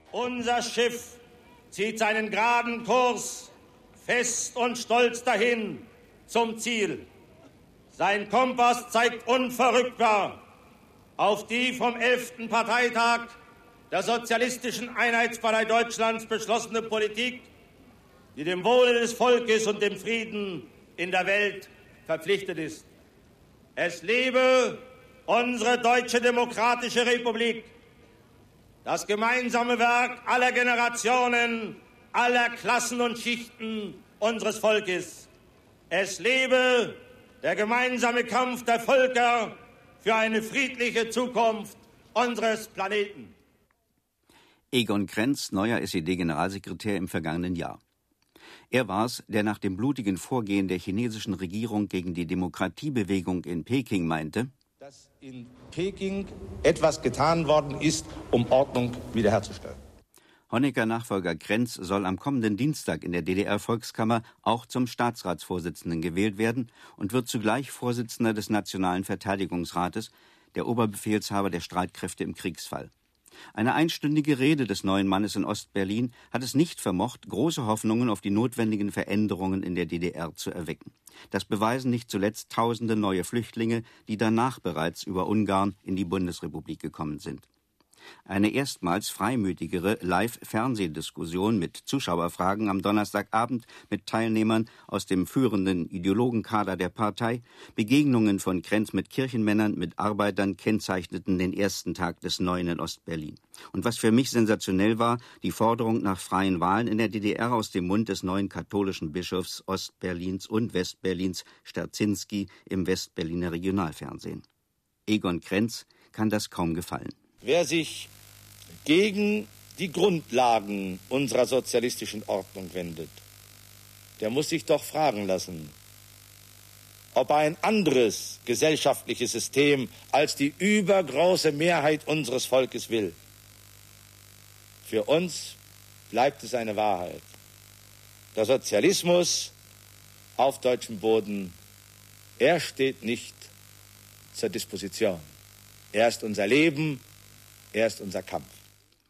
Unser Schiff zieht seinen geraden Kurs fest und stolz dahin zum Ziel. Sein Kompass zeigt unverrückbar auf die vom 11. Parteitag der Sozialistischen Einheitspartei Deutschlands beschlossene Politik, die dem Wohle des Volkes und dem Frieden in der Welt verpflichtet ist. Es lebe unsere Deutsche Demokratische Republik, das gemeinsame Werk aller Generationen, aller Klassen und Schichten unseres Volkes. Es lebe der gemeinsame Kampf der Völker für eine friedliche Zukunft unseres Planeten. Egon Krenz, neuer SED-Generalsekretär im vergangenen Jahr. Er war es, der nach dem blutigen Vorgehen der chinesischen Regierung gegen die Demokratiebewegung in Peking meinte, dass in Peking etwas getan worden ist, um Ordnung wiederherzustellen. Honecker-Nachfolger Krenz soll am kommenden Dienstag in der DDR-Volkskammer auch zum Staatsratsvorsitzenden gewählt werden und wird zugleich Vorsitzender des Nationalen Verteidigungsrates, der Oberbefehlshaber der Streitkräfte im Kriegsfall. Eine einstündige Rede des neuen Mannes in Ostberlin hat es nicht vermocht, große Hoffnungen auf die notwendigen Veränderungen in der DDR zu erwecken. Das beweisen nicht zuletzt tausende neue Flüchtlinge, die danach bereits über Ungarn in die Bundesrepublik gekommen sind. Eine erstmals freimütigere Live-Fernsehdiskussion mit Zuschauerfragen am Donnerstagabend mit Teilnehmern aus dem führenden Ideologenkader der Partei, Begegnungen von Krenz mit Kirchenmännern, mit Arbeitern kennzeichneten den ersten Tag des Neuen in Ostberlin. Und was für mich sensationell war, die Forderung nach freien Wahlen in der DDR aus dem Mund des neuen katholischen Bischofs Ostberlins und Westberlins, Sterzinski, im Westberliner Regionalfernsehen. Egon Krenz kann das kaum gefallen. Wer sich gegen die Grundlagen unserer sozialistischen Ordnung wendet, der muss sich doch fragen lassen, ob er ein anderes gesellschaftliches System als die übergroße Mehrheit unseres Volkes will. Für uns bleibt es eine Wahrheit. Der Sozialismus auf deutschem Boden, er steht nicht zur Disposition. Er ist unser Leben. Er ist unser Kampf.